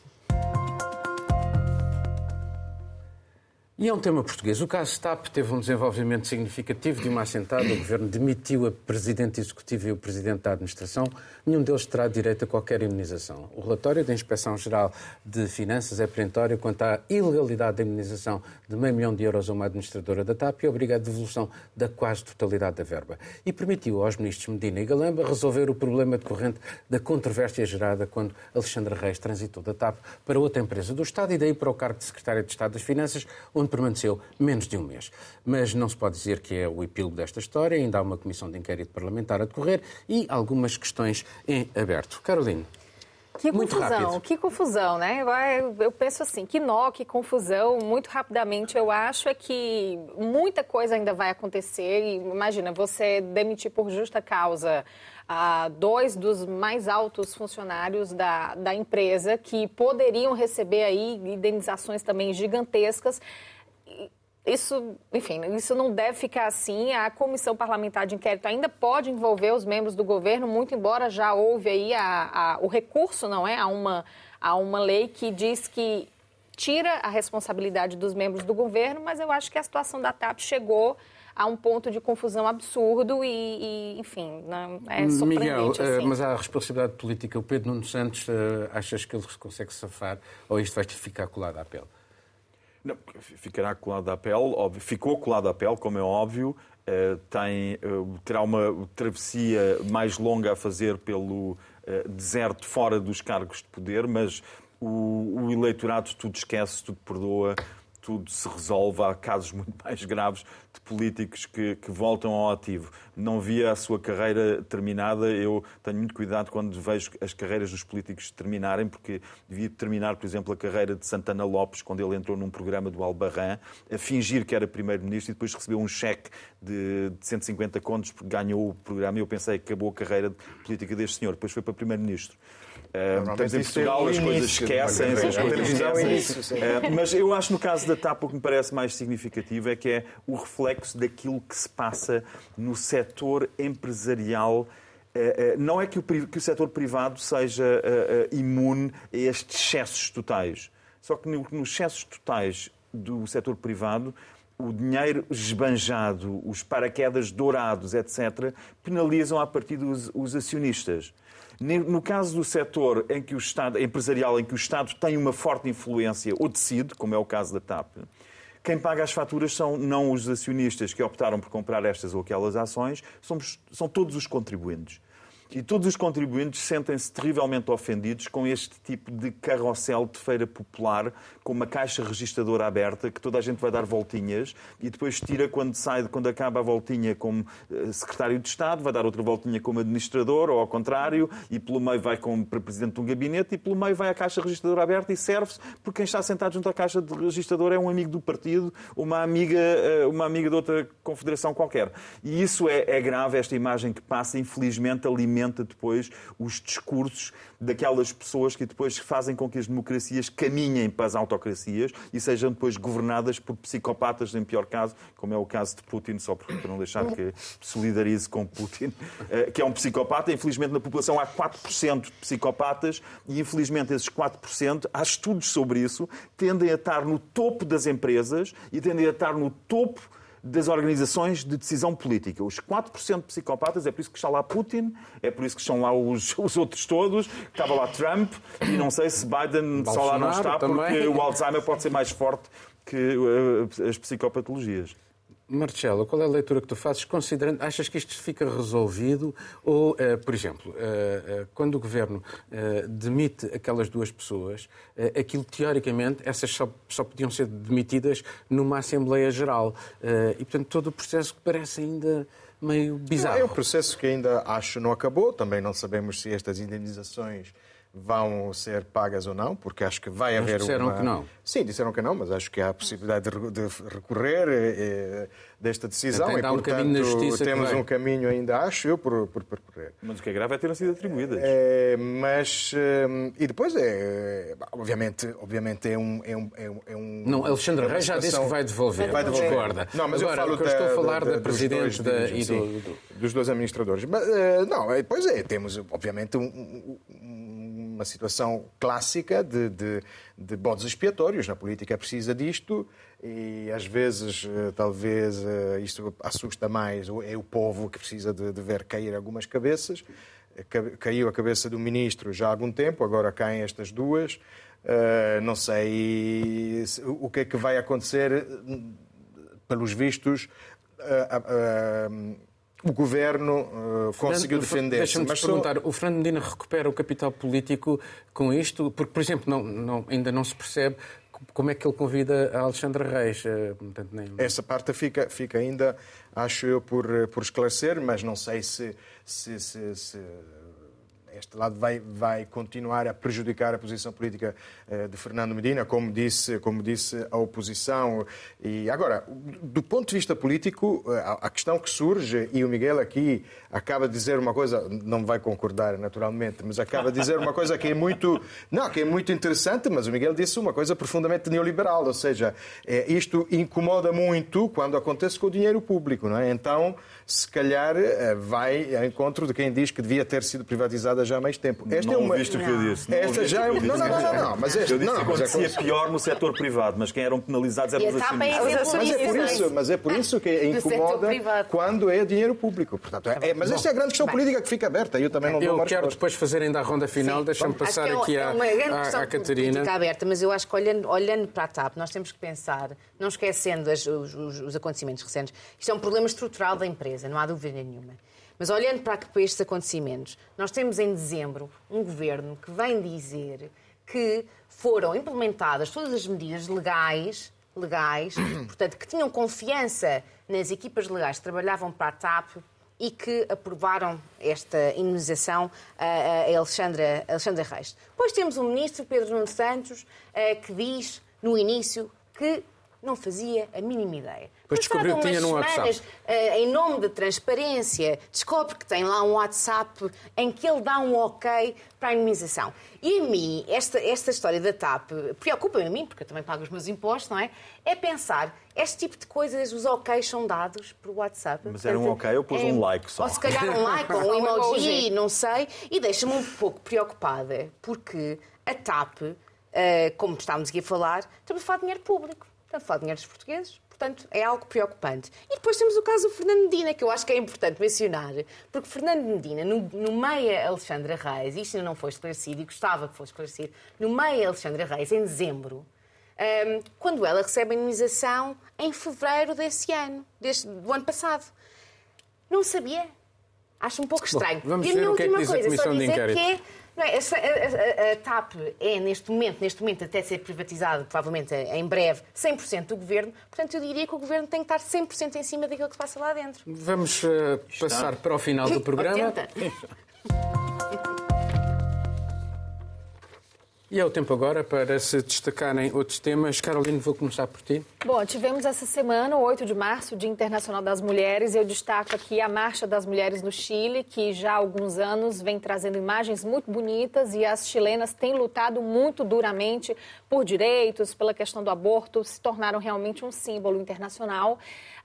E é um tema português. O caso S T A P teve um desenvolvimento significativo de uma assentada. O Governo demitiu a Presidente Executiva e o Presidente da Administração. Nenhum deles terá direito a qualquer indemnização. O relatório da Inspeção-Geral de Finanças é perentório quanto à ilegalidade da indemnização de meio milhão de euros a uma administradora da T A P e obriga a devolução da quase totalidade da verba. E permitiu aos ministros Medina e Galamba resolver o problema decorrente da controvérsia gerada quando Alexandre Reis transitou da T A P para outra empresa do Estado e daí para o cargo de Secretária de Estado das Finanças, onde permaneceu menos de um mês. Mas não se pode dizer que é o epílogo desta história, ainda há uma comissão de inquérito parlamentar a decorrer e algumas questões em aberto. Caroline. Que muito confusão, rápido. que confusão, né? Eu penso assim, que nó, que confusão. Muito rapidamente, eu acho é que muita coisa ainda vai acontecer. E, imagina, você demitir por justa causa a dois dos mais altos funcionários da, da empresa que poderiam receber aí indenizações também gigantescas. Isso, enfim, isso não deve ficar assim. A comissão parlamentar de inquérito ainda pode envolver os membros do governo, muito embora já houve aí a, a, o recurso, não é, a uma, a uma lei que diz que tira a responsabilidade dos membros do governo, mas eu acho que a situação da TAP chegou a um ponto de confusão absurdo e, e enfim, não, é surpreendente. Miguel, assim. mas há a responsabilidade política. O Pedro Nuno Santos, achas que ele consegue safar ou isto vai ficar colado à pele? Não, ficará colado à pele, óbvio, ficou colado à pele, como é óbvio, uh, tem, uh, terá uma travessia mais longa a fazer pelo uh, deserto fora dos cargos de poder, mas o, o eleitorado tudo esquece, tudo perdoa, tudo se resolve. Há casos muito mais graves de políticos que, que voltam ao ativo. Não via a sua carreira terminada. Eu tenho muito cuidado quando vejo as carreiras dos políticos terminarem, porque devia terminar, por exemplo, a carreira de Santana Lopes, quando ele entrou num programa do Albarrán, a fingir que era primeiro-ministro e depois recebeu um cheque de, de cento e cinquenta contos porque ganhou o programa e eu pensei que acabou a carreira política deste senhor. Depois foi para primeiro-ministro. Uh, portanto, em Portugal as coisas esquecem-se, as coisas esquecem. Uh, mas eu acho, no caso da TAP, o que me parece mais significativo é que é o reflexo daquilo que se passa no setor empresarial. Uh, uh, não é que o, que o setor privado seja uh, uh, imune a estes excessos totais. Só que no, nos excessos totais do setor privado, o dinheiro esbanjado, os paraquedas dourados, etcétera, penalizam a partir dos os acionistas. No caso do setor em que o Estado, empresarial em que o Estado tem uma forte influência ou decide, como é o caso da TAP, quem paga as faturas são não os acionistas que optaram por comprar estas ou aquelas ações, somos, são todos os contribuintes. E todos os contribuintes sentem-se terrivelmente ofendidos com este tipo de carrossel de feira popular, com uma caixa registradora aberta, que toda a gente vai dar voltinhas e depois tira quando sai, quando acaba a voltinha como secretário de Estado, vai dar outra voltinha como administrador, ou ao contrário, e pelo meio vai como presidente de um gabinete, e pelo meio vai a caixa registradora aberta e serve-se, porque quem está sentado junto à caixa de registrador é um amigo do partido, uma amiga, uma amiga de outra confederação qualquer. E isso é, é grave, esta imagem que passa, infelizmente, alimenta depois os discursos daquelas pessoas que depois fazem com que as democracias caminhem para as autocracias e sejam depois governadas por psicopatas, em pior caso, como é o caso de Putin, só para não deixar que solidarize com Putin, que é um psicopata. Infelizmente, na população há quatro por cento de psicopatas e, infelizmente, esses quatro por cento, há estudos sobre isso, tendem a estar no topo das empresas e tendem a estar no topo das organizações de decisão política. Os quatro por cento de psicopatas, é por isso que está lá Putin, é por isso que estão lá os, os outros todos, estava lá Trump, e não sei se Biden Bolsonaro, só lá não está, porque também. o Alzheimer pode ser mais forte que uh, as psicopatologias. Marcelo, qual é a leitura que tu fazes, considerando, achas que isto fica resolvido ou, uh, por exemplo, uh, uh, quando o Governo uh, demite aquelas duas pessoas, uh, aquilo, teoricamente, essas só, só podiam ser demitidas numa Assembleia Geral. Uh, e, portanto, todo o processo parece ainda meio bizarro. É um processo que ainda acho não acabou, também não sabemos se estas indenizações vão ser pagas ou não, porque acho que vai Eles haver disseram uma... que não. Sim, disseram que não, mas acho que há a possibilidade de, de recorrer eh, desta decisão. Tem e, um portanto, caminho na justiça temos que um caminho ainda, acho eu, por, por percorrer. Mas o que é grave é terem sido atribuídas. É, mas... É, e depois é... Obviamente, obviamente é um... É um, é um não, Alexandre Reis já disse que vai devolver. Vai devolver. Discorda. Não, mas agora, eu falo o que eu estou a falar da, da Presidente da, e do, do, dos dois administradores. Mas, uh, não, é, pois é, temos, obviamente, um, um, uma situação clássica de, de, de bodes expiatórios. Na política precisa disto e, às vezes, uh, talvez uh, isto assusta mais. É o povo que precisa de, de ver cair algumas cabeças. Caiu a cabeça do ministro já há algum tempo, agora caem estas duas. Uh, não sei o que é que vai acontecer, pelos vistos. Uh, uh, uh, o Governo uh, conseguiu defender-se. Deixa-me te perguntar, só... o Fernando Medina recupera o capital político com isto? Porque, por exemplo, não, não, ainda não se percebe como é que ele convida a Alexandre Reis. Uh, portanto, nem... Essa parte fica, fica ainda, acho eu, por, por esclarecer, mas não sei se... se, se, se... este lado vai, vai continuar a prejudicar a posição política de Fernando Medina, como disse, como disse a oposição. E agora, do ponto de vista político, a questão que surge, e o Miguel aqui acaba de dizer uma coisa, não vai concordar naturalmente, mas acaba de dizer uma coisa que é muito, não, que é muito interessante, mas o Miguel disse uma coisa profundamente neoliberal, ou seja, isto incomoda muito quando acontece com o dinheiro público, não é? Então, se calhar, vai ao encontro de quem diz que devia ter sido privatizada já há mais tempo. Esta não é uma... viste o que eu disse. Não Esta já é... Não, não, não, não, não, mas este... Eu disse não, que acontecia é pior no setor privado, mas quem eram penalizados eram os acionistas. Mas é por isso, mas é por isso que incomoda quando é dinheiro público. Portanto, é, mas esta é a grande questão política que fica aberta. Eu também não dou Eu uma quero resposta. depois fazer ainda a ronda final. Deixa-me passar é, aqui é à, uma grande à, questão à Catarina. Política aberta, mas eu acho que olhando, olhando para a T A P, nós temos que pensar, não esquecendo as, os, os, os acontecimentos recentes, isto é um problema estrutural da empresa, não há dúvida nenhuma. Mas olhando para, para estes acontecimentos, nós temos em dezembro um governo que vem dizer que foram implementadas todas as medidas legais, legais portanto, que tinham confiança nas equipas legais que trabalhavam para a T A P e que aprovaram esta indemnização a Alexandra, Alexandra Reis. Depois temos o ministro Pedro Nuno Santos que diz, no início, que não fazia a mínima ideia. Pois descobriu que tinha no WhatsApp. Em nome da transparência, descobre que tem lá um WhatsApp em que ele dá um ok para a indemnização. E a mim, esta, esta história da T A P preocupa-me a mim, porque eu também pago os meus impostos, não é? É pensar, este tipo de coisas, os ok são dados por WhatsApp. Mas era um ok, eu pus é, um like só. Ou se calhar um like ou um emoji, não sei. E deixa-me um pouco preocupada, porque a T A P, como estávamos aqui a falar, estamos a falar de dinheiro público. Estamos a falar de dinheiro dos portugueses, portanto, é algo preocupante. E depois temos o caso do Fernando Medina, que eu acho que é importante mencionar, porque Fernando Medina, no, no meio a Alexandra Reis, isto ainda não foi esclarecido e gostava que fosse esclarecido, no meio a Alexandra Reis, em dezembro, um, quando ela recebe a indemnização em fevereiro desse ano, deste, do ano passado. Não sabia. Acho um pouco estranho. Bom, vamos e a ver minha o que última é que diz coisa, a Comissão só de dizer Inquérito. que é Não é, a, a, a T A P é, neste momento, neste momento, até ser privatizado, provavelmente em breve, cem por cento do Governo. Portanto, eu diria que o Governo tem que estar cem por cento em cima daquilo que se passa lá dentro. Vamos uh, passar para o final do programa. E é o tempo agora para se destacarem outros temas. Carolina, vou começar por ti. Bom, tivemos essa semana, o oito de março, Dia Internacional das Mulheres. Eu destaco aqui a Marcha das Mulheres no Chile, que já há alguns anos vem trazendo imagens muito bonitas e as chilenas têm lutado muito duramente por direitos, pela questão do aborto, se tornaram realmente um símbolo internacional.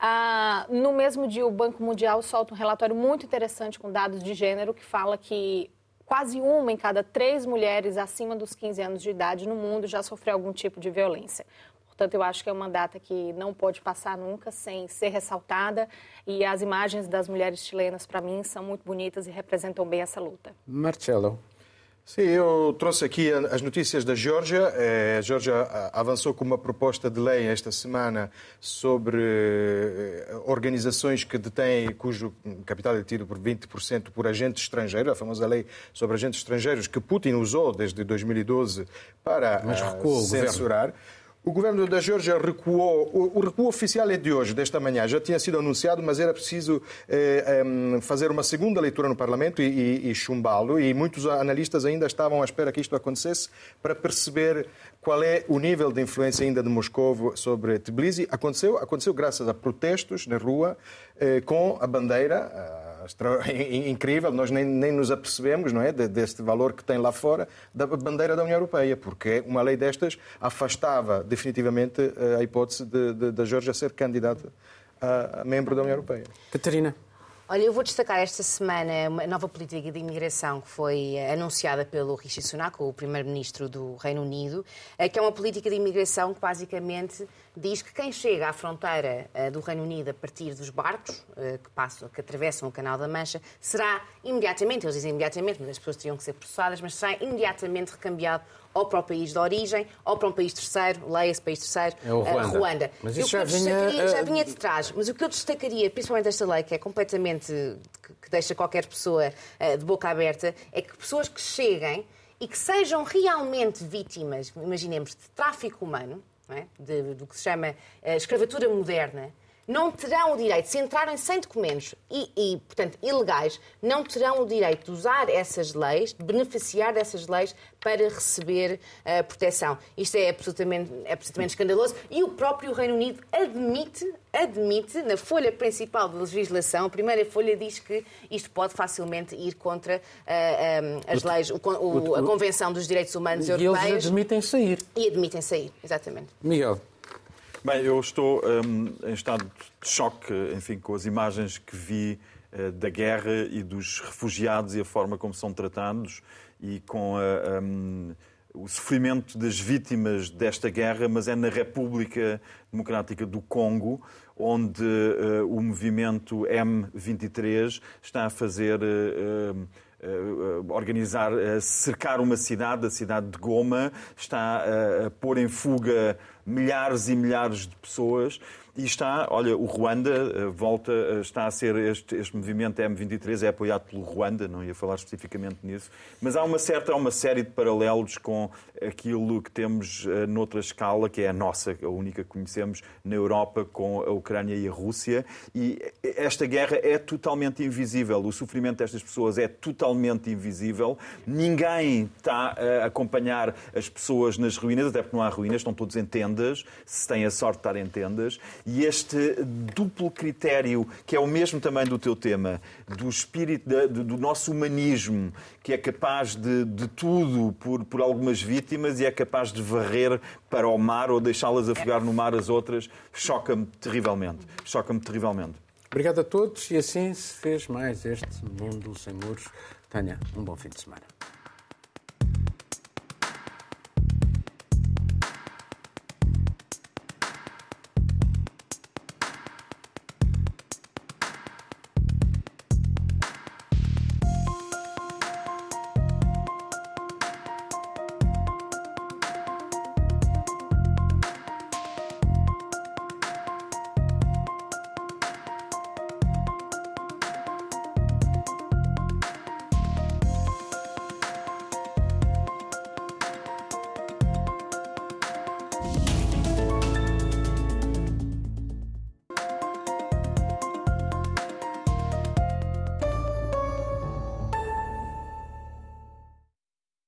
Ah, no mesmo dia, o Banco Mundial solta um relatório muito interessante com dados de gênero que fala que quase uma em cada três mulheres acima dos quinze anos de idade no mundo já sofreu algum tipo de violência. Portanto, eu acho que é uma data que não pode passar nunca sem ser ressaltada. E as imagens das mulheres chilenas, para mim, são muito bonitas e representam bem essa luta. Marcelo. Sim, eu trouxe aqui as notícias da Geórgia. A Geórgia avançou com uma proposta de lei esta semana sobre organizações que detêm, cujo capital é tido por vinte por cento por agentes estrangeiros, a famosa lei sobre agentes estrangeiros que Putin usou desde dois mil e doze para Mas recuou, censurar. O governo da Geórgia recuou. O recuo oficial é de hoje, desta manhã. Já tinha sido anunciado, mas era preciso eh, um, fazer uma segunda leitura no Parlamento e, e, e chumbá-lo. E muitos analistas ainda estavam à espera que isto acontecesse para perceber qual é o nível de influência ainda de Moscovo sobre Tbilisi. Aconteceu, aconteceu graças a protestos na rua eh, com a bandeira incrível, nós nem, nem nos apercebemos, não é, deste valor que tem lá fora da bandeira da União Europeia, porque uma lei destas afastava definitivamente a hipótese de, de, da Geórgia ser candidata a, a membro da União Europeia. Catarina. Olha, eu vou destacar esta semana uma nova política de imigração que foi anunciada pelo Rishi Sunak, o primeiro-ministro do Reino Unido, que é uma política de imigração que basicamente diz que quem chega à fronteira do Reino Unido a partir dos barcos que passam, que atravessam o Canal da Mancha, será imediatamente, eles dizem imediatamente, mas as pessoas teriam que ser processadas, mas será imediatamente recambiado ou para o país de origem, ou para um país terceiro, leia-se país terceiro, é o Ruanda. Uh, Ruanda. Mas isso já vinha, já vinha de trás. Mas o que eu destacaria, principalmente esta lei, que é completamente, que, que deixa qualquer pessoa uh, de boca aberta, é que pessoas que cheguem e que sejam realmente vítimas, imaginemos, de tráfico humano, não é? de, do que se chama uh, escravatura moderna, não terão o direito, se entrarem sem documentos e, e, portanto, ilegais, não terão o direito de usar essas leis, de beneficiar dessas leis para receber uh, proteção. Isto é absolutamente, é absolutamente escandaloso e o próprio Reino Unido admite, admite, na folha principal de legislação, a primeira folha diz que isto pode facilmente ir contra uh, um, as leis, o, o, a Convenção dos Direitos Humanos Europeios. E eles admitem sair. E admitem sair, exatamente. Miguel. Bem, eu estou um, em estado de choque, enfim, com as imagens que vi uh, da guerra e dos refugiados e a forma como são tratados e com uh, um, o sofrimento das vítimas desta guerra, mas é na República Democrática do Congo, onde uh, o movimento M vinte e três está a fazer... Uh, uh, Uh, organizar, uh, cercar uma cidade, a cidade de Goma, está uh, a pôr em fuga milhares e milhares de pessoas e está, olha, o Ruanda uh, volta, uh, está a ser, este, este movimento M vinte e três é apoiado pelo Ruanda, não ia falar especificamente nisso, mas há uma certa, há uma série de paralelos com aquilo que temos uh, noutra escala, que é a nossa, a única que conhecemos na Europa, com a Ucrânia e a Rússia, e esta guerra é totalmente invisível, o sofrimento destas pessoas é totalmente invisível, ninguém está a acompanhar as pessoas nas ruínas, até porque não há ruínas, estão todos em tendas, se têm a sorte de estar em tendas, e este duplo critério, que é o mesmo também do teu tema, do espírito, do nosso humanismo, que é capaz de, de tudo por, por algumas vítimas e é capaz de varrer para o mar ou deixá-las afogar no mar as outras, choca-me terrivelmente. Choca-me terrivelmente. Obrigado a todos e assim se fez mais este Mundo Sem Muros. Tânia, um bom fim de semana.